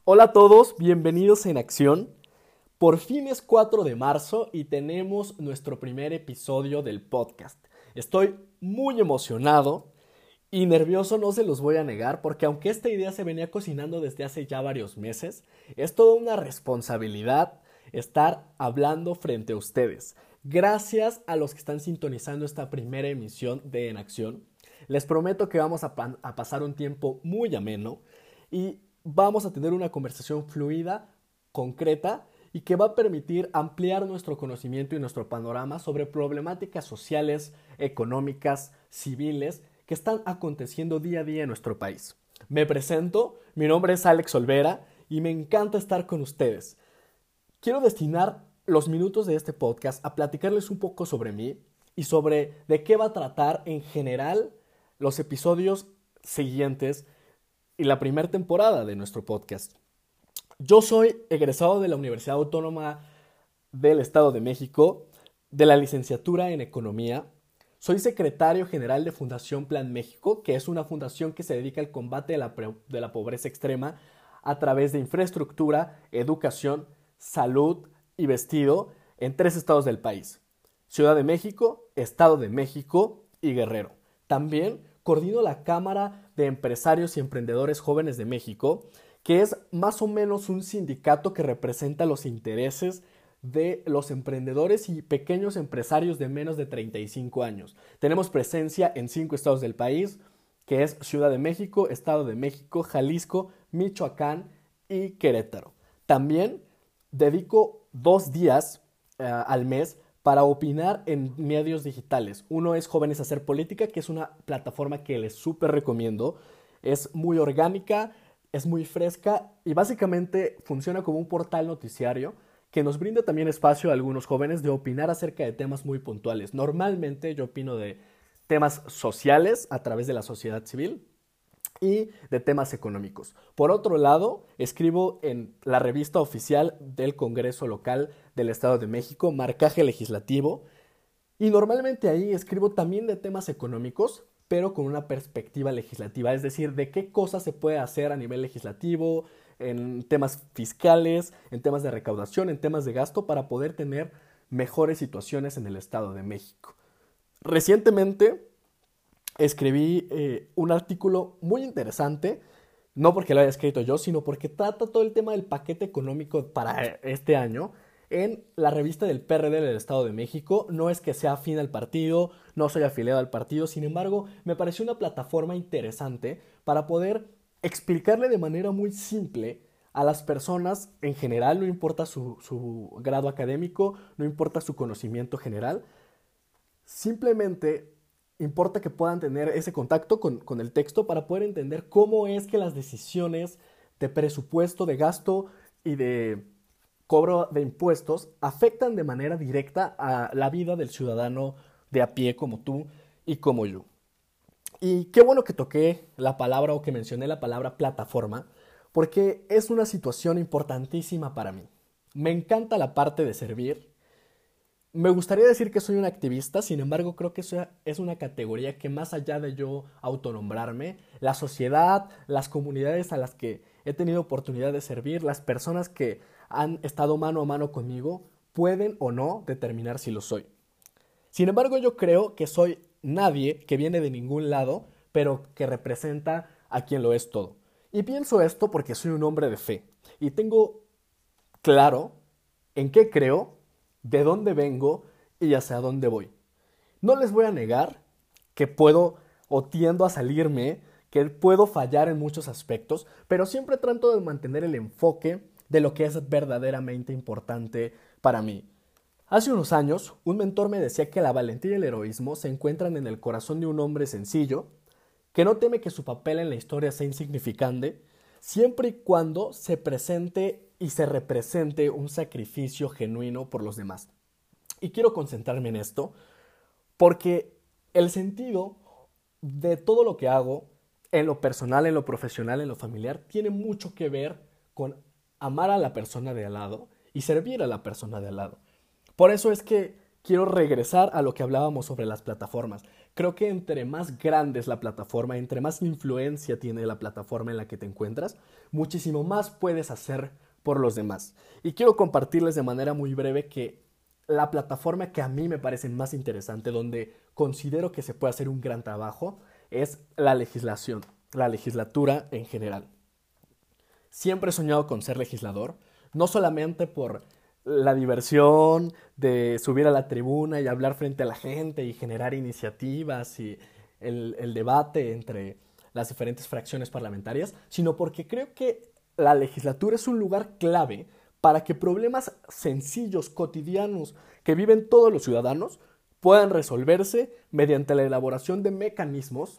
Hola a todos, bienvenidos en Acción. Por fin es 4 de marzo y tenemos nuestro primer episodio del podcast. Estoy muy emocionado y nervioso, no se los voy a negar, porque aunque esta idea se venía cocinando desde hace ya varios meses, es toda una responsabilidad estar hablando frente a ustedes. Gracias a los que están sintonizando esta primera emisión de En Acción. Les prometo que vamos a pasar un tiempo muy ameno y vamos a tener una conversación fluida, concreta y que va a permitir ampliar nuestro conocimiento y nuestro panorama sobre problemáticas sociales, económicas, civiles que están aconteciendo día a día en nuestro país. Me presento, mi nombre es Alex Olvera y me encanta estar con ustedes. Quiero destinar los minutos de este podcast a platicarles un poco sobre mí y sobre de qué va a tratar en general los episodios siguientes y la primera temporada de nuestro podcast. Yo soy egresado de la Universidad Autónoma del Estado de México, de la licenciatura en Economía. Soy secretario general de Fundación Plan México, que es una fundación que se dedica al combate de la pobreza extrema a través de infraestructura, educación, salud y vestido en 3 estados del país: Ciudad de México, Estado de México y Guerrero. También coordino la Cámara de Empresarios y Emprendedores Jóvenes de México, que es más o menos un sindicato que representa los intereses de los emprendedores y pequeños empresarios de menos de 35 años. Tenemos presencia en 5 estados del país, que es Ciudad de México, Estado de México, Jalisco, Michoacán y Querétaro. También dedico 2 días al mes para opinar en medios digitales. Uno es Jóvenes a Hacer Política, que es una plataforma que les súper recomiendo. Es muy orgánica, es muy fresca y básicamente funciona como un portal noticiario que nos brinda también espacio a algunos jóvenes de opinar acerca de temas muy puntuales. Normalmente yo opino de temas sociales a través de la sociedad civil y de temas económicos. Por otro lado, escribo en la revista oficial del Congreso Local del Estado de México, Marcaje Legislativo, y normalmente ahí escribo también de temas económicos, pero con una perspectiva legislativa, es decir, de qué cosas se puede hacer a nivel legislativo, en temas fiscales, en temas de recaudación, en temas de gasto, para poder tener mejores situaciones en el Estado de México. Recientemente escribí un artículo muy interesante, no porque lo haya escrito yo, sino porque trata todo el tema del paquete económico para este año en la revista del PRD del Estado de México. No es que sea afín al partido, no soy afiliado al partido, sin embargo, me pareció una plataforma interesante para poder explicarle de manera muy simple a las personas en general, no importa su grado académico, no importa su conocimiento general, simplemente importa que puedan tener ese contacto con el texto para poder entender cómo es que las decisiones de presupuesto, de gasto y de cobro de impuestos afectan de manera directa a la vida del ciudadano de a pie como tú y como yo. Y qué bueno que toqué la palabra o que mencioné la palabra plataforma, porque es una situación importantísima para mí. Me encanta la parte de servir. Me gustaría decir que soy un activista, sin embargo creo que eso es una categoría que, más allá de yo autonombrarme, la sociedad, las comunidades a las que he tenido oportunidad de servir, las personas que han estado mano a mano conmigo, pueden o no determinar si lo soy. Sin embargo, yo creo que soy nadie que viene de ningún lado, pero que representa a quien lo es todo. Y pienso esto porque soy un hombre de fe y tengo claro en qué creo, de dónde vengo y hacia dónde voy. No les voy a negar que puedo o tiendo a salirme, que puedo fallar en muchos aspectos, pero siempre trato de mantener el enfoque de lo que es verdaderamente importante para mí. Hace unos años, un mentor me decía que la valentía y el heroísmo se encuentran en el corazón de un hombre sencillo, que no teme que su papel en la historia sea insignificante, siempre y cuando se presente y se represente un sacrificio genuino por los demás. Y quiero concentrarme en esto porque el sentido de todo lo que hago, en lo personal, en lo profesional, en lo familiar, tiene mucho que ver con amar a la persona de al lado y servir a la persona de al lado. Por eso es que quiero regresar a lo que hablábamos sobre las plataformas. Creo que entre más grande es la plataforma, entre más influencia tiene la plataforma en la que te encuentras, muchísimo más puedes hacer por los demás. Y quiero compartirles de manera muy breve que la plataforma que a mí me parece más interesante, donde considero que se puede hacer un gran trabajo, es la legislación, la legislatura en general. Siempre he soñado con ser legislador, no solamente por la diversión de subir a la tribuna y hablar frente a la gente y generar iniciativas y el debate entre las diferentes fracciones parlamentarias, sino porque creo que la legislatura es un lugar clave para que problemas sencillos, cotidianos, que viven todos los ciudadanos, puedan resolverse mediante la elaboración de mecanismos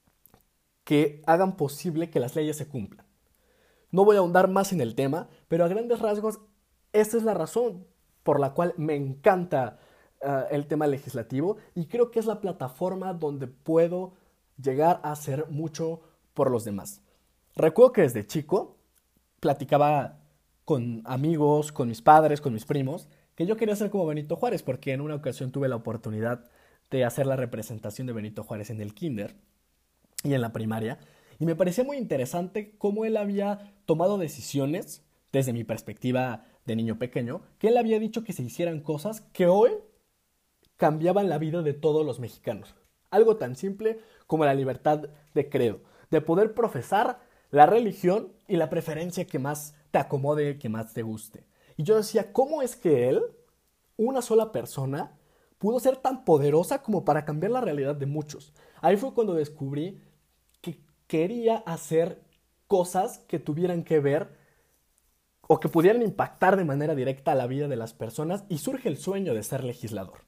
que hagan posible que las leyes se cumplan. No voy a ahondar más en el tema, pero a grandes rasgos, esta es la razón por la cual me encanta el tema legislativo y creo que es la plataforma donde puedo llegar a hacer mucho por los demás. Recuerdo que desde chico platicaba con amigos, con mis padres, con mis primos, que yo quería ser como Benito Juárez, porque en una ocasión tuve la oportunidad de hacer la representación de Benito Juárez en el kinder y en la primaria, y me parecía muy interesante cómo él había tomado decisiones, desde mi perspectiva de niño pequeño, que él había dicho que se hicieran cosas que hoy cambiaban la vida de todos los mexicanos. Algo tan simple como la libertad de credo, de poder profesar la religión y la preferencia que más te acomode, que más te guste. Y yo decía, ¿cómo es que él, una sola persona, pudo ser tan poderosa como para cambiar la realidad de muchos? Ahí fue cuando descubrí que quería hacer cosas que tuvieran que ver o que pudieran impactar de manera directa a la vida de las personas y surge el sueño de ser legislador.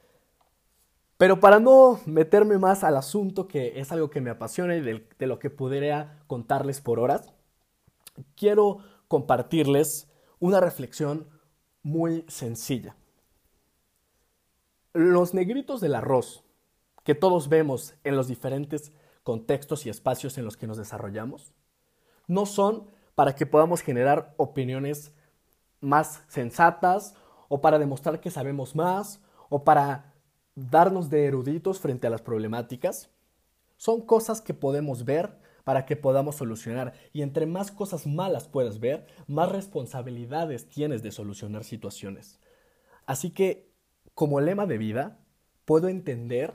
Pero para no meterme más al asunto, que es algo que me apasiona y de lo que podría contarles por horas, quiero compartirles una reflexión muy sencilla. Los negritos del arroz que todos vemos en los diferentes contextos y espacios en los que nos desarrollamos no son para que podamos generar opiniones más sensatas o para demostrar que sabemos más o para darnos de eruditos frente a las problemáticas. Son cosas que podemos ver para que podamos solucionar, y entre más cosas malas puedas ver, más responsabilidades tienes de solucionar situaciones. Así que, como lema de vida, puedo entender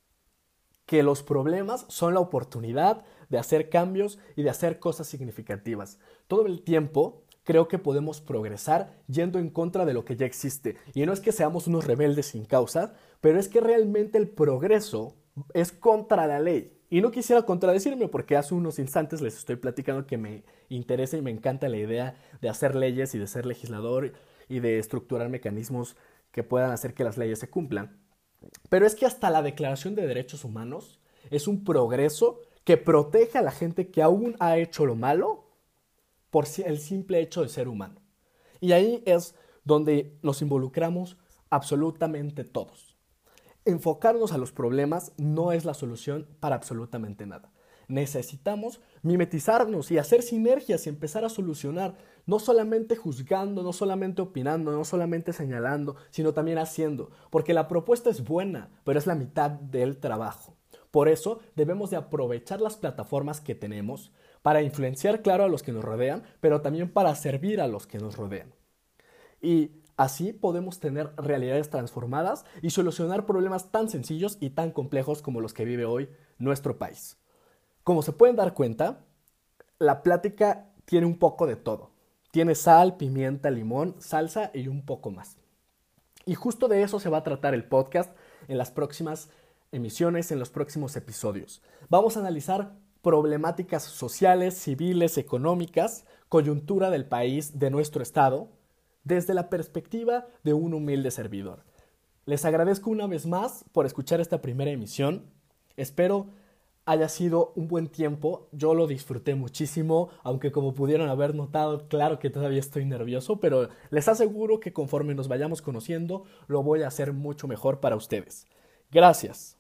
que los problemas son la oportunidad de hacer cambios y de hacer cosas significativas. Todo el tiempo creo que podemos progresar yendo en contra de lo que ya existe. Y no es que seamos unos rebeldes sin causa, pero es que realmente el progreso es contra la ley. Y no quisiera contradecirme porque hace unos instantes les estoy platicando que me interesa y me encanta la idea de hacer leyes y de ser legislador y de estructurar mecanismos que puedan hacer que las leyes se cumplan. Pero es que hasta la Declaración de Derechos Humanos es un progreso que protege a la gente que aún ha hecho lo malo por el simple hecho de ser humano. Y ahí es donde nos involucramos absolutamente todos. Enfocarnos a los problemas no es la solución para absolutamente nada. Necesitamos mimetizarnos y hacer sinergias y empezar a solucionar, no solamente juzgando, no solamente opinando, no solamente señalando, sino también haciendo, porque la propuesta es buena, pero es la mitad del trabajo. Por eso debemos de aprovechar las plataformas que tenemos para influenciar, claro, a los que nos rodean, pero también para servir a los que nos rodean. Y así podemos tener realidades transformadas y solucionar problemas tan sencillos y tan complejos como los que vive hoy nuestro país. Como se pueden dar cuenta, la plática tiene un poco de todo. Tiene sal, pimienta, limón, salsa y un poco más. Y justo de eso se va a tratar el podcast en las próximas emisiones, en los próximos episodios. Vamos a analizar problemáticas sociales, civiles, económicas, coyuntura del país, de nuestro estado, desde la perspectiva de un humilde servidor. Les agradezco una vez más por escuchar esta primera emisión. Espero haya sido un buen tiempo. Yo lo disfruté muchísimo, aunque como pudieron haber notado, claro que todavía estoy nervioso, pero les aseguro que conforme nos vayamos conociendo, lo voy a hacer mucho mejor para ustedes. Gracias.